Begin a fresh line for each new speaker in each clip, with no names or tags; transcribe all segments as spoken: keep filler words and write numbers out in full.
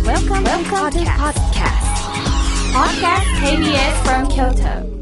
Welcome, Welcome to podcast. Podcast ケービーエス from Kyoto.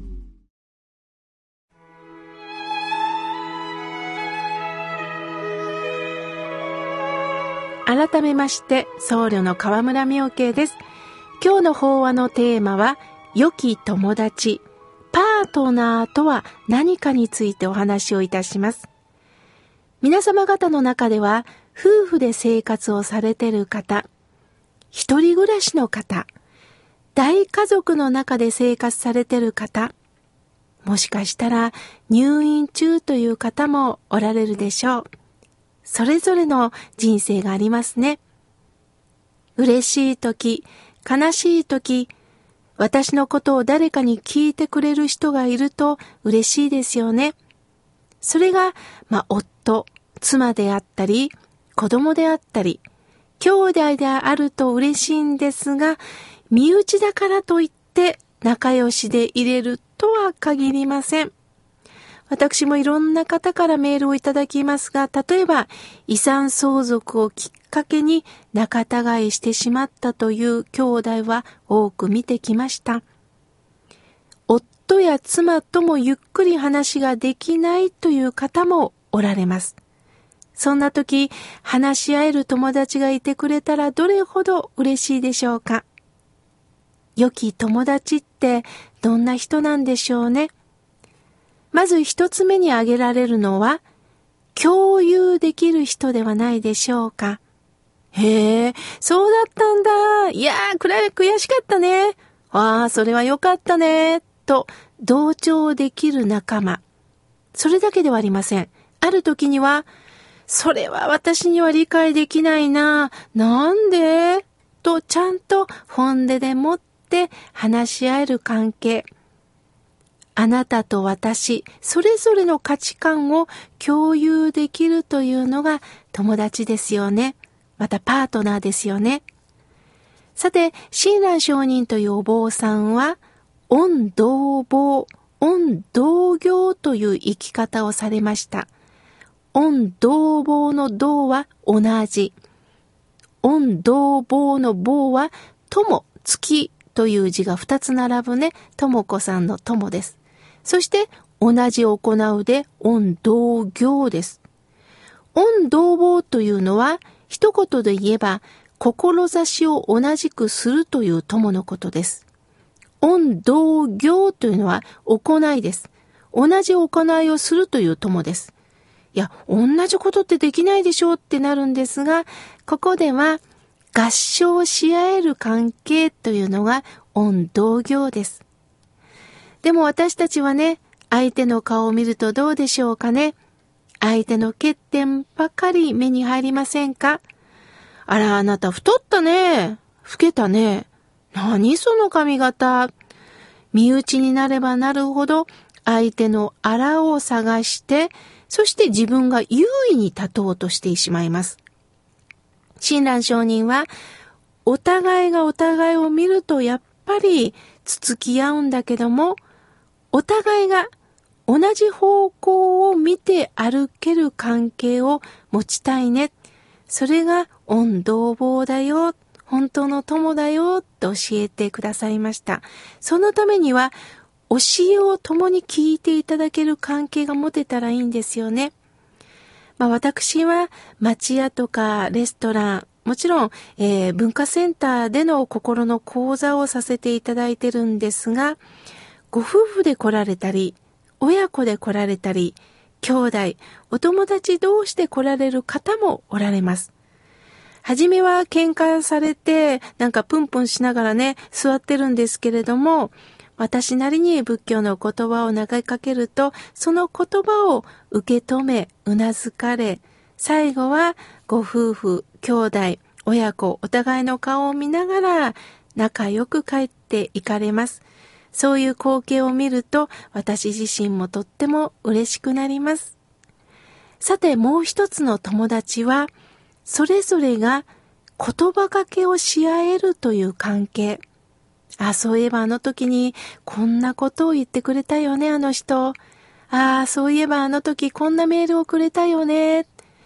改めまして僧侶の河村妙慶です。今日の法話のテーマは良き友達、パートナーとは何かについてお話をいたします。皆様方の中では夫婦で生活をされている方、一人暮らしの方、大家族の中で生活されている方、もしかしたら入院中という方もおられるでしょう。それぞれの人生がありますね。嬉しい時、悲しい時、私のことを誰かに聞いてくれる人がいると嬉しいですよね。それが、まあ、夫、妻であったり、子供であったり、兄弟であると嬉しいんですが、身内だからといって仲良しでいれるとは限りません。私もいろんな方からメールをいただきますが、例えば遺産相続をきっかけに仲違いしてしまったという兄弟は多く見てきました。夫や妻ともゆっくり話ができないという方もおられます。そんな時、話し合える友達がいてくれたらどれほど嬉しいでしょうか。良き友達ってどんな人なんでしょうね。まず一つ目に挙げられるのは、共有できる人ではないでしょうか。へえ、そうだったんだ。いやー、くらい悔しかったね。ああ、それはよかったね。と、同調できる仲間。それだけではありません。ある時には、それは私には理解できないな。なんで？と、ちゃんと本音でもって話し合える関係。あなたと私、それぞれの価値観を共有できるというのが友達ですよね。またパートナーですよね。さて、親鸞上人というお坊さんは、御同坊、御同業という生き方をされました。御同坊の同は同じ。御同坊の坊は友、月という字が二つ並ぶね、友子さんの友です。そして同じ行うで御同業です。御同坊というのは一言で言えば志を同じくするという友のことです。御同業というのは行いです。同じ行いをするという友です。いや、同じことってできないでしょうってなるんですが、ここでは合唱し合える関係というのが御同業です。でも私たちはね、相手の顔を見るとどうでしょうかね。相手の欠点ばかり目に入りませんか。あら、あなた太ったね。老けたね。何その髪型。身内になればなるほど相手のあらを探して、そして自分が優位に立とうとしてしまいます。親鸞上人は、お互いがお互いを見るとやっぱりつつき合うんだけども、お互いが同じ方向を見て歩ける関係を持ちたいね。それが御同坊だよ、本当の友だよと教えてくださいました。そのためには教えを共に聞いていただける関係が持てたらいいんですよね。まあ、私は町屋とかレストラン、もちろん、えー、文化センターでの心の講座をさせていただいてるんですが、ご夫婦で来られたり、親子で来られたり、兄弟、お友達同士で来られる方もおられます。はじめは喧嘩されて、なんかプンプンしながらね、座ってるんですけれども、私なりに仏教の言葉を投げかけると、その言葉を受け止め、うなずかれ、最後はご夫婦、兄弟、親子、お互いの顔を見ながら仲良く帰っていかれます。そういう光景を見ると、私自身もとっても嬉しくなります。さて、もう一つの友達は、それぞれが言葉かけをし合えるという関係。あ、そういえばあの時にこんなことを言ってくれたよね、あの人。ああ、そういえばあの時こんなメールをくれたよね。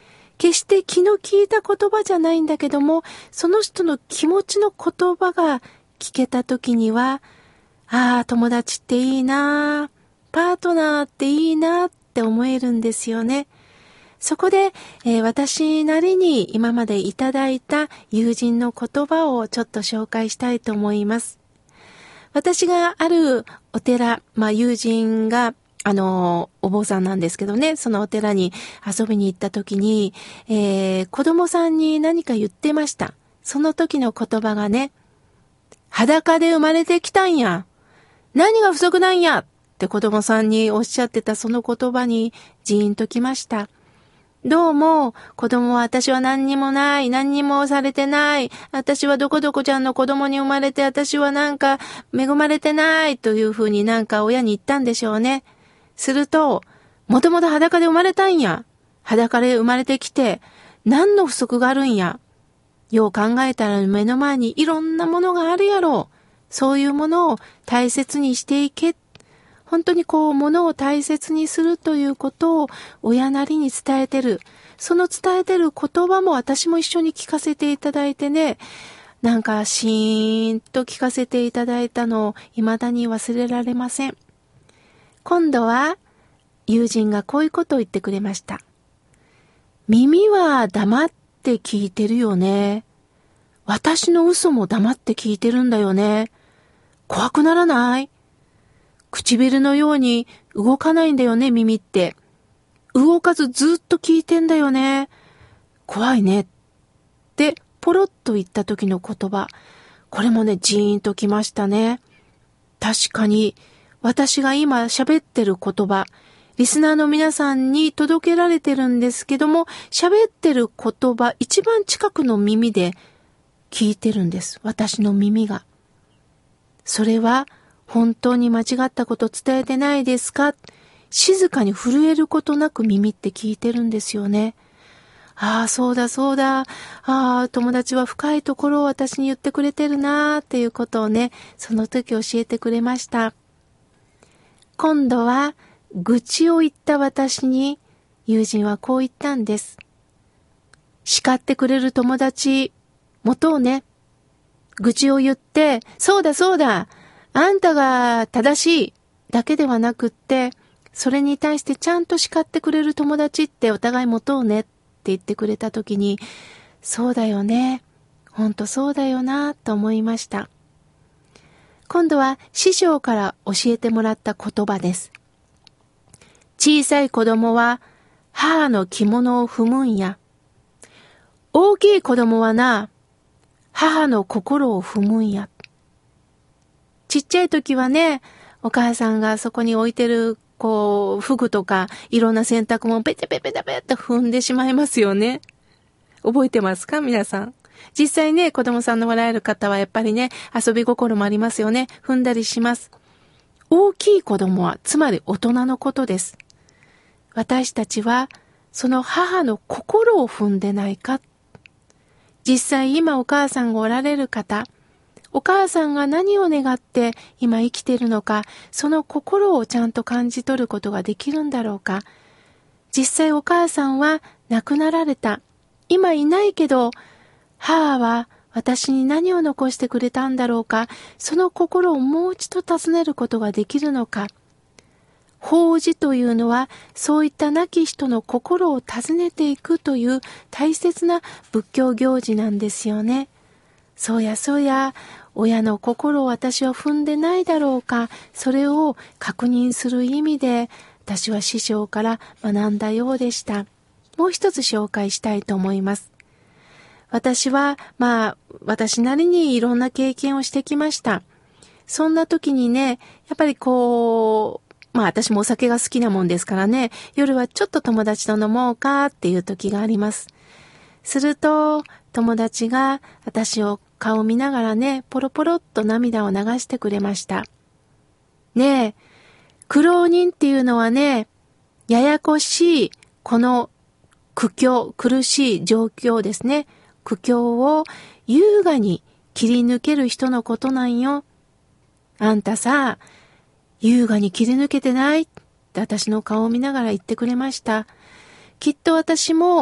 決して気の利いた言葉じゃないんだけども、その人の気持ちの言葉が聞けた時には、ああ、友達っていいな、パートナーっていいなって思えるんですよね。そこで、えー、私なりに今までいただいた友人の言葉をちょっと紹介したいと思います。私があるお寺、まあ友人があのお坊さんなんですけどね、そのお寺に遊びに行った時に、えー、子供さんに何か言ってました。その時の言葉がね、裸で生まれてきたんや。何が不足なんやって子供さんにおっしゃってたその言葉にジーンときました。どうも、子供は私は何にもない、何にもされてない、私はどこどこちゃんの子供に生まれて私はなんか恵まれてないというふうになんか親に言ったんでしょうね。すると、もともと裸で生まれたんや。裸で生まれてきて、何の不足があるんや。よう考えたら目の前にいろんなものがあるやろう。そういうものを大切にしていけ。本当にこう、ものを大切にするということを親なりに伝えてる。その伝えてる言葉も私も一緒に聞かせていただいてね、なんかシーンと聞かせていただいたのを未だに忘れられません。今度は友人がこういうことを言ってくれました。耳は黙って聞いてるよね。私の嘘も黙って聞いてるんだよね。怖くならない？唇のように動かないんだよね、耳って。動かずずっと聞いてんだよね。怖いね。ってポロッと言った時の言葉。これもね、ジーンときましたね。確かに、私が今喋ってる言葉、リスナーの皆さんに届けられてるんですけども、喋ってる言葉、一番近くの耳で聞いてるんです。私の耳が。それは、本当に間違ったこと伝えてないですか？静かに震えることなく耳って聞いてるんですよね。ああ、そうだそうだ。ああ、友達は深いところを私に言ってくれてるなーっていうことをね、その時教えてくれました。今度は、愚痴を言った私に、友人はこう言ったんです。叱ってくれる友達、持とうね。愚痴を言って、そうだそうだ。あんたが正しいだけではなくって、それに対してちゃんと叱ってくれる友達ってお互い持とうねって言ってくれたときに、そうだよね。ほんとそうだよなと思いました。今度は師匠から教えてもらった言葉です。小さい子供は母の着物を踏むんや。大きい子供はな、母の心を踏むんや。ちっちゃい時はね、お母さんがそこに置いてる、こう、服とか、いろんな洗濯物ペテペテペテペテ踏んでしまいますよね。覚えてますか皆さん。実際ね、子供さんの笑える方はやっぱりね、遊び心もありますよね。踏んだりします。大きい子供は、つまり大人のことです。私たちは、その母の心を踏んでないか。実際今お母さんがおられる方、お母さんが何を願って今生きているのか、その心をちゃんと感じ取ることができるんだろうか。実際お母さんは亡くなられた。今いないけど、母は私に何を残してくれたんだろうか。その心をもう一度尋ねることができるのか。法事というのは、そういった亡き人の心を訪ねていくという大切な仏教行事なんですよね。そうやそうや、親の心を私は踏んでないだろうか、それを確認する意味で、私は師匠から学んだようでした。もう一つ紹介したいと思います。私は、まあ、私なりにいろんな経験をしてきました。そんな時にね、やっぱりこう、まあ私もお酒が好きなもんですからね、夜はちょっと友達と飲もうかっていう時があります。すると、友達が私を顔見ながらね、ポロポロっと涙を流してくれました。ねえ、苦労人っていうのはね、ややこしい、この苦境、苦しい状況ですね。苦境を優雅に切り抜ける人のことなんよ。あんたさ、優雅に切り抜けてないって私の顔を見ながら言ってくれました。きっと私も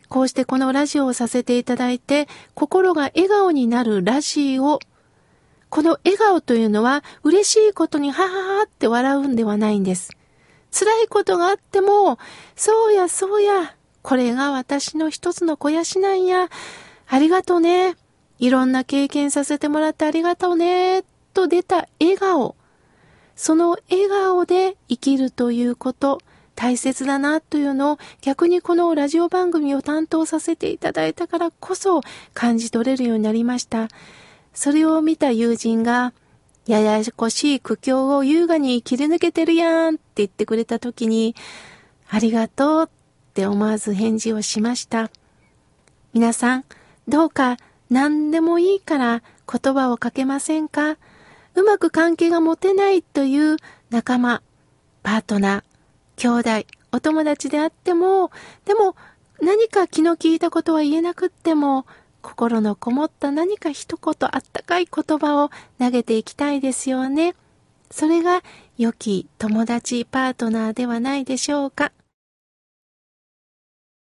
こうしてこのラジオをさせていただいて、心が笑顔になるラジオ。この笑顔というのは嬉しいことにはははって笑うんではないんです。辛いことがあっても、そうやそうや、これが私の一つの肥やしなんや。ありがとね。いろんな経験させてもらってありがとうね。と出た笑顔。その笑顔で生きるということ、大切だなというのを逆にこのラジオ番組を担当させていただいたからこそ感じ取れるようになりました。それを見た友人が、ややこしい苦境を優雅に切り抜けてるやんって言ってくれたときに、ありがとうって思わず返事をしました。皆さん、どうか何でもいいから言葉をかけませんか？うまく関係が持てないという仲間、パートナー、兄弟、お友達であっても、でも何か気の利いたことは言えなくっても、心のこもった何か一言あったかい言葉を投げていきたいですよね。それが良き友達、パートナーではないでしょうか。